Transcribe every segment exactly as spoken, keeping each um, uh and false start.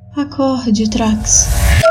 Acorde, Trax.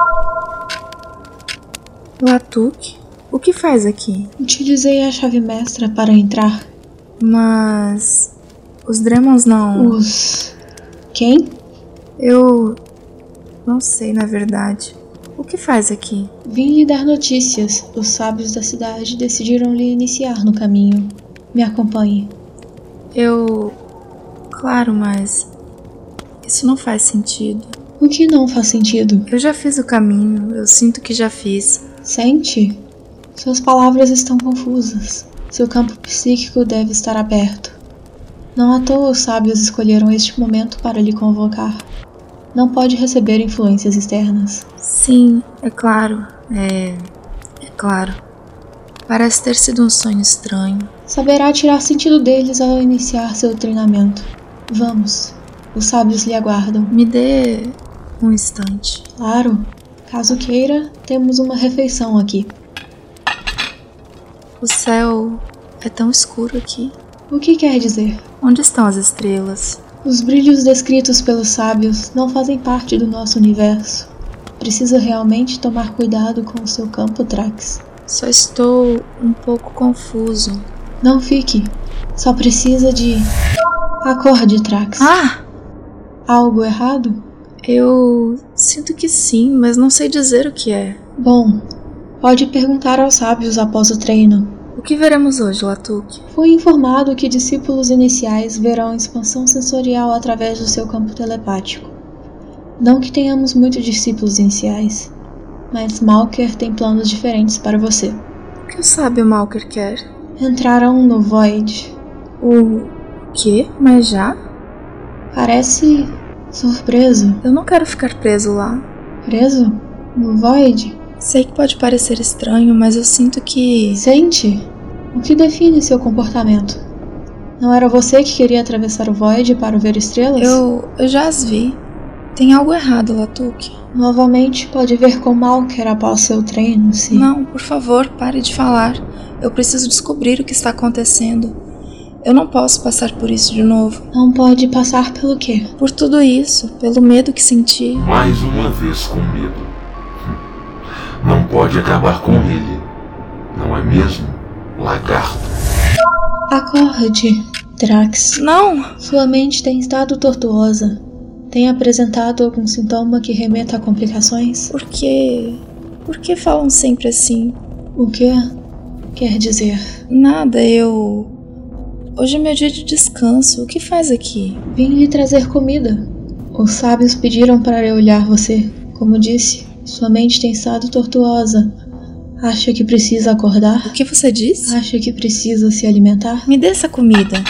Latuk, o que faz aqui? Utilizei a chave mestra para entrar. Mas... os Dremons não... Os... quem? Eu... não sei, na verdade. O que faz aqui? Vim lhe dar notícias. Os sábios da cidade decidiram lhe iniciar no caminho. Me acompanhe. Eu... claro, mas... isso não faz sentido. O que não faz sentido? Eu já fiz o caminho. Eu sinto que já fiz. Sente? Suas palavras estão confusas. Seu campo psíquico deve estar aberto. Não à toa os sábios escolheram este momento para lhe convocar. Não pode receber influências externas. Sim, é claro. É... é claro. Parece ter sido um sonho estranho. Saberá tirar sentido deles ao iniciar seu treinamento. Vamos. Os sábios lhe aguardam. Me dê um instante. Claro. Caso queira, temos uma refeição aqui. O céu é tão escuro aqui. O que quer dizer? Onde estão as estrelas? Os brilhos descritos pelos sábios não fazem parte do nosso universo. Precisa realmente tomar cuidado com o seu campo, Trax. Só estou um pouco confuso. Não fique. Só precisa de... Acorde, Trax. Ah! Algo errado? Eu sinto que sim, mas não sei dizer o que é. Bom, pode perguntar aos sábios após o treino. O que veremos hoje, Latuk? Fui informado que discípulos iniciais verão expansão sensorial através do seu campo telepático. Não que tenhamos muitos discípulos iniciais, mas Malker tem planos diferentes para você. O que o sábio Malker quer? Entrarão no Void. O quê? Mas já? Parece surpreso. Eu não quero ficar preso lá. Preso? No Void? Sei que pode parecer estranho, mas eu sinto que... Sente? O que define seu comportamento? Não era você que queria atravessar o Void para ver estrelas? Eu... eu já as vi. Tem algo errado, Latuk. Novamente pode ver com Malker após seu treino, se... Não, por favor, pare de falar. Eu preciso descobrir o que está acontecendo. Eu não posso passar por isso de novo. Não pode passar pelo quê? Por tudo isso, pelo medo que senti. Mais uma vez com medo. Não pode acabar com ele. Não é mesmo, lagarto? Acorde, Trax. Não! Sua mente tem estado tortuosa. Tem apresentado algum sintoma que remeta a complicações? Por quê? Por que falam sempre assim? O que quer dizer? Nada, eu... Hoje é meu dia de descanso. O que faz aqui? Vim lhe trazer comida. Os sábios pediram para eu olhar você. Como disse, sua mente tem estado tortuosa. Acha que precisa acordar? O que você disse? Acha que precisa se alimentar? Me dê essa comida.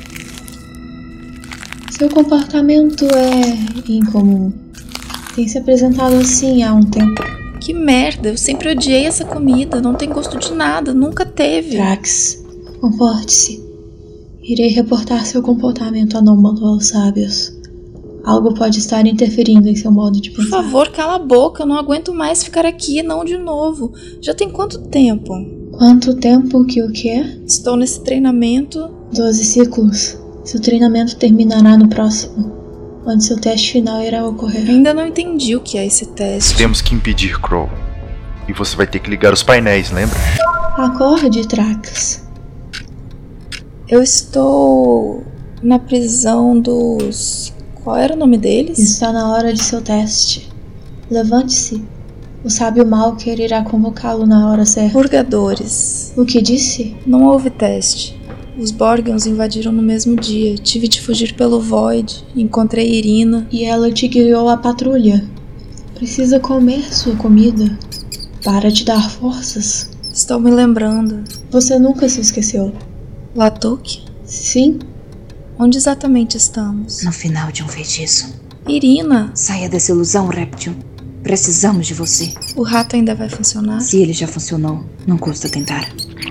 Seu comportamento é incomum. Tem se apresentado assim há um tempo. Que merda, eu sempre odiei essa comida. Não tem gosto de nada, nunca teve. Trax, comporte-se. Irei reportar seu comportamento anômalo aos sábios. Algo pode estar interferindo em seu modo de pensar. Por favor, cala a boca. Eu não aguento mais ficar aqui, não de novo. Já tem quanto tempo? Quanto tempo que o quê? Estou nesse treinamento. Doze ciclos. Seu treinamento terminará no próximo, onde seu teste final irá ocorrer. Ainda não entendi o que é esse teste. Temos que impedir Crow. E você vai ter que ligar os painéis, lembra? Acorde, Trax. Eu estou na prisão dos... Qual era o nome deles? Está na hora de seu teste. Levante-se. O sábio Malker irá convocá-lo na hora certa. Purgadores. O que disse? Não houve teste. Os Borgions invadiram no mesmo dia. Tive de fugir pelo Void. Encontrei Irina. E ela te guiou à patrulha. Precisa comer sua comida. Para te dar forças. Estou me lembrando. Você nunca se esqueceu. Latuk? Sim. Onde exatamente estamos? No final de um feitiço. Irina! Saia dessa ilusão, réptil. Precisamos de você. O rato ainda vai funcionar? Se ele já funcionou, não custa tentar.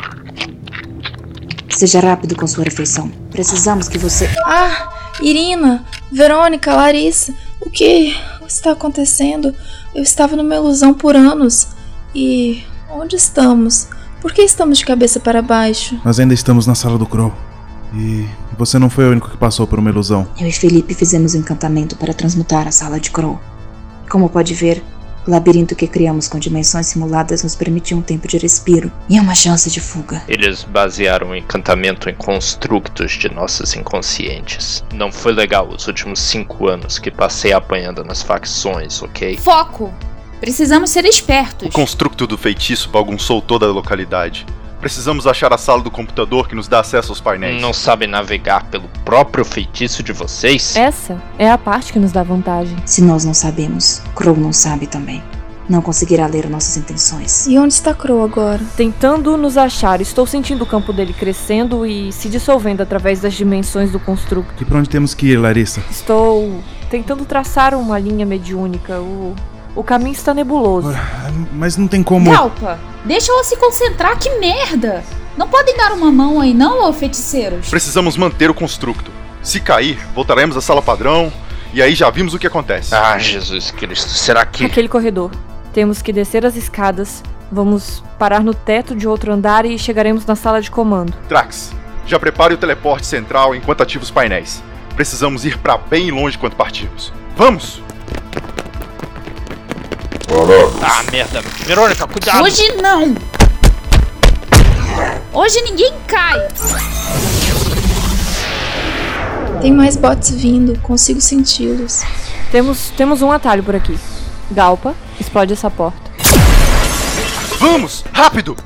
Seja rápido com sua refeição. Precisamos que você... Ah! Irina! Verônica! Larissa! O que está acontecendo? Eu estava numa ilusão por anos. E... onde estamos? Por que estamos de cabeça para baixo? Nós ainda estamos na sala do Crow. E você não foi o único que passou por uma ilusão. Eu e Felipe fizemos um encantamento para transmutar a sala de Crow. Como pode ver, o labirinto que criamos com dimensões simuladas nos permitiu um tempo de respiro e uma chance de fuga. Eles basearam o encantamento em construtos de nossos inconscientes. Não foi legal os últimos cinco anos que passei apanhando nas facções, ok? Foco! Precisamos ser espertos. O construto do feitiço bagunçou toda a localidade. Precisamos achar a sala do computador que nos dá acesso aos painéis. Não sabem navegar pelo próprio feitiço de vocês? Essa é a parte que nos dá vantagem. Se nós não sabemos, Crow não sabe também. Não conseguirá ler nossas intenções. E onde está Crow agora? Tentando nos achar. Estou sentindo o campo dele crescendo e se dissolvendo através das dimensões do construto. E pra onde temos que ir, Larissa? Estou tentando traçar uma linha mediúnica. O, o caminho está nebuloso. Ora, mas não tem como... Galpa, deixa ela se concentrar, que merda! Não podem dar uma mão aí não, ô feiticeiros? Precisamos manter o construto. Se cair, voltaremos à sala padrão e aí já vimos o que acontece. Ah, Jesus Cristo, será que... Aquele corredor. Temos que descer as escadas, vamos parar no teto de outro andar e chegaremos na sala de comando. Trax, já prepare o teleporte central enquanto ativa os painéis. Precisamos ir pra bem longe quando partirmos. Vamos! Ah, merda. Verônica, cuidado! Hoje não! Hoje ninguém cai! Tem mais bots vindo, consigo senti-los. Temos, temos um atalho por aqui. Galpa, explode essa porta. Vamos! Rápido!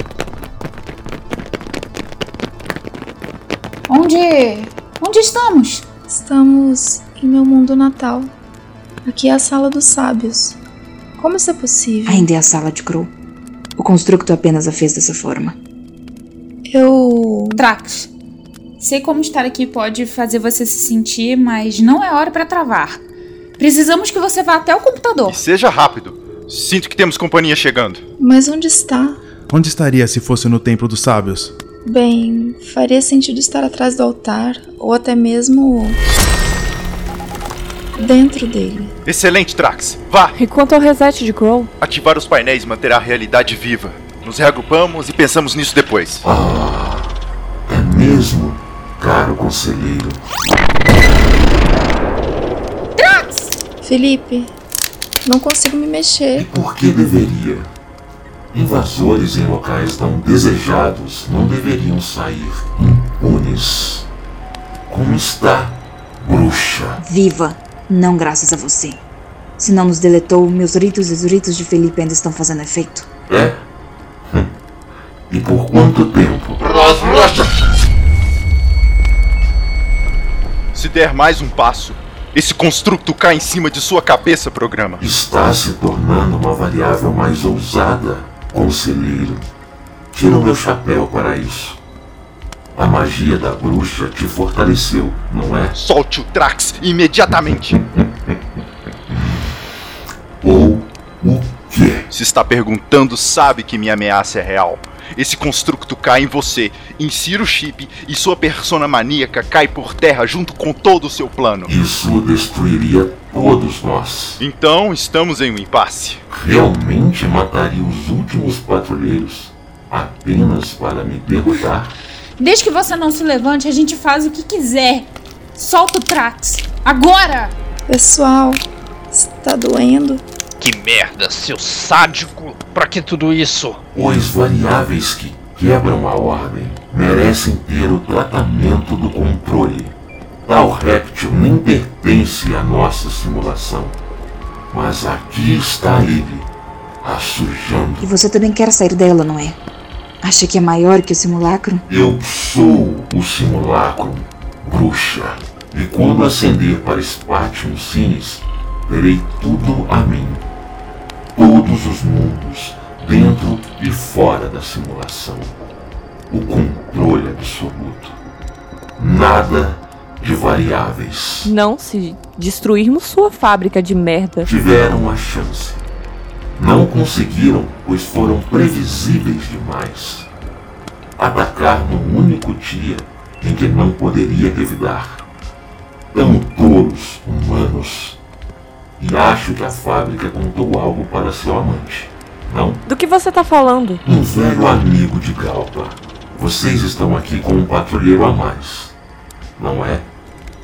Onde... Onde estamos? Estamos em meu mundo natal. Aqui é a sala dos sábios. Como isso é possível? Ainda é a sala de Crow. O construto apenas a fez dessa forma. Eu... Trax, sei como estar aqui pode fazer você se sentir, mas não é hora pra travar. Precisamos que você vá até o computador. E seja rápido. Sinto que temos companhia chegando. Mas onde está? Onde estaria se fosse no Templo dos Sábios? Bem, faria sentido estar atrás do altar, ou até mesmo... dentro dele. Excelente, Trax. Vá! E quanto ao reset de Crow? Ativar os painéis manterá a realidade viva. Nos reagrupamos e pensamos nisso depois. Ah, é mesmo, caro conselheiro. Trax! Felipe, não consigo me mexer. E por que deveria? Invasores em locais não desejados não deveriam sair impunes. Como está, bruxa? Viva! Não graças a você. Se não nos deletou, meus ritos e os ritos de Felipe ainda estão fazendo efeito. É? Hum. E por quanto tempo? Se der mais um passo, esse construto cai em cima de sua cabeça, programa. Está se tornando uma variável mais ousada, conselheiro. Tiro meu chapéu para isso. A magia da bruxa te fortaleceu, não é? Solte o Trax imediatamente. Ou o quê? Se está perguntando, sabe que minha ameaça é real. Esse construto cai em você, insira o chip e sua persona maníaca cai por terra junto com todo o seu plano. Isso destruiria todos nós. Então, estamos em um impasse. Realmente mataria os últimos patrulheiros apenas para me derrotar? Desde que você não se levante, a gente faz o que quiser. Solta o Trax. Agora! Pessoal, está doendo? Que merda, seu sádico! Pra que tudo isso? Os variáveis que quebram a ordem merecem ter o tratamento do controle. Tal réptil nem pertence à nossa simulação. Mas aqui está ele, assujando. E você também quer sair dela, não é? Acha que é maior que o simulacro? Eu sou o simulacro, bruxa. E quando ascender para Spatium Sinis, terei tudo a mim. Todos os mundos, dentro e fora da simulação. O controle absoluto. Nada de variáveis. Não se destruirmos sua fábrica de merda. Tiveram a chance. Não conseguiram, pois foram previsíveis demais. Atacar no único dia em que não poderia revidar. Tão tolos, humanos. E acho que a fábrica contou algo para seu amante, não? Do que você tá falando? Um velho amigo de Galpa. Vocês estão aqui com um patrulheiro a mais, não é? O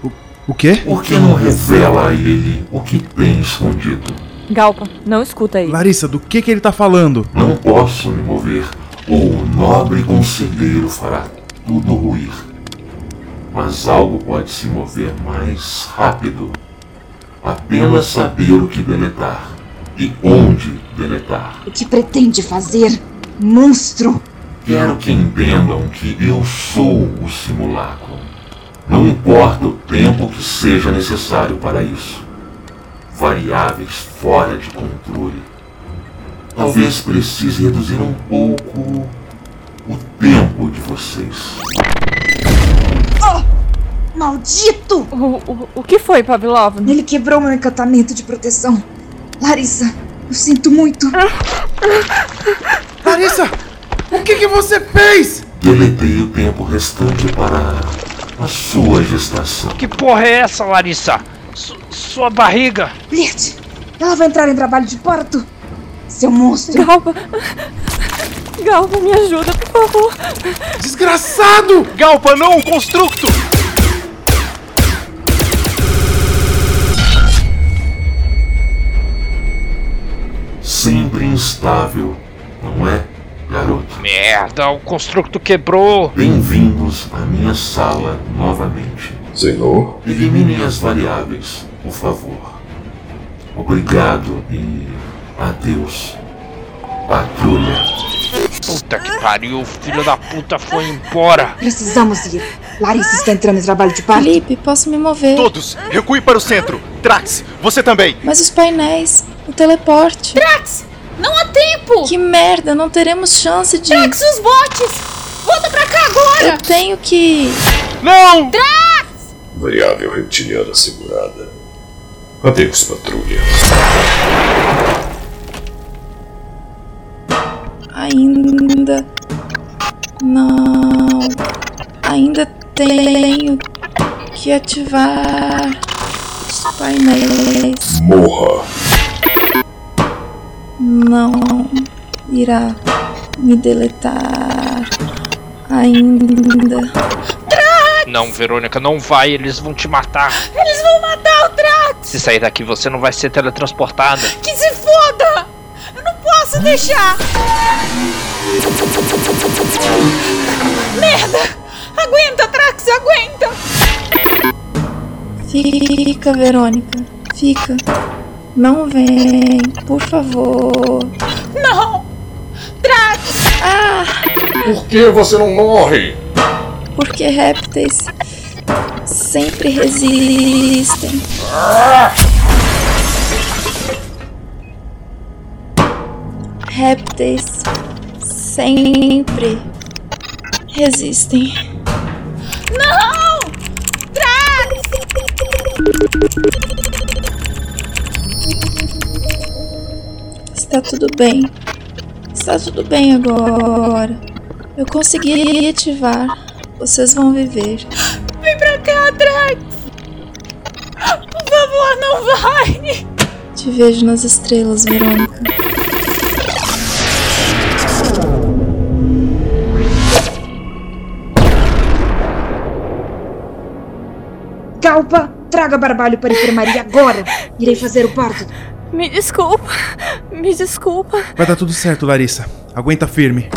O quê? Por que não revela a ele o que tem escondido? Galpa, não escuta ele. Larissa, do que que ele tá falando? Não posso me mover, ou o nobre conselheiro fará tudo ruir. Mas algo pode se mover mais rápido. Apenas saber o que deletar e onde deletar. O que pretende fazer, monstro? Quero que entendam que eu sou o simulacro. Não importa o tempo que seja necessário para isso. Variáveis fora de controle. Talvez precise reduzir um pouco o tempo de vocês. Oh, maldito! O, o, o que foi, Pavlov? Ele quebrou meu encantamento de proteção. Larissa, eu sinto muito. Larissa! O que que você fez? Deletei o tempo restante para a sua gestação. Que porra é essa, Larissa? Su- sua barriga! Flirt, ela vai entrar em trabalho de parto. Seu monstro. Galpa! Galpa, me ajuda, por favor. Desgraçado! Galpa, não! Constructo! Sempre instável, não é, garoto? Merda, o constructo quebrou! Bem-vindos à minha sala novamente. Senhor? Eliminem as variáveis, por favor. Obrigado e adeus, patrulha. Puta que pariu, o filho da puta foi embora! Precisamos ir. Larissa está entrando em trabalho de parto. Felipe, posso me mover. Todos, recue para o centro! Trax, você também! Mas os painéis, o teleporte. Drax! Não há tempo! Que merda, não teremos chance de... Drax, os botes! Volta pra cá agora! Eu tenho que... Não! Drax! Variável reptiliana segurada. Adeus, patrulha. Ainda... Não... Ainda tenho que ativar os painéis. Morra. Não irá me deletar ainda. Não, Verônica, não vai, eles vão te matar. Eles vão matar o Drax! Se sair daqui, você não vai ser teletransportada. Que se foda! Eu não posso deixar! Merda! Aguenta, Drax, aguenta! Fica, Verônica, fica. Não vem, por favor. Não! Drax! Ah! Por que você não morre? Porque répteis sempre resistem. Répteis sempre resistem. Não! Drax! Está tudo bem. Está tudo bem agora. Eu consegui ativar. Vocês vão viver. Vem pra cá, Drax! Por favor, não vai! Te vejo nas estrelas, Verônica. Galpa, traga Barbalho para a enfermaria agora. Irei fazer o parto. Me desculpa. Me desculpa. Vai dar tudo certo, Larissa. Aguenta firme.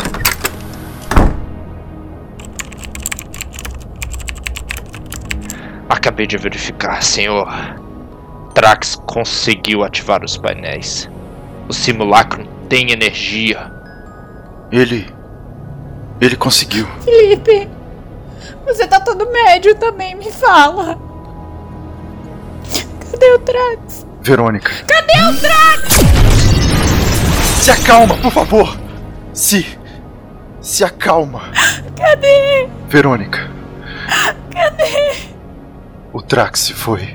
Acabei de verificar, senhor. Drax conseguiu ativar os painéis. O simulacro tem energia. Ele... Ele conseguiu. Felipe, você tá todo médio também, me fala. Cadê o Drax? Verônica. Cadê o Drax? Se acalma, por favor. Se... Se acalma. Cadê? Verônica. Cadê? O Drax se foi.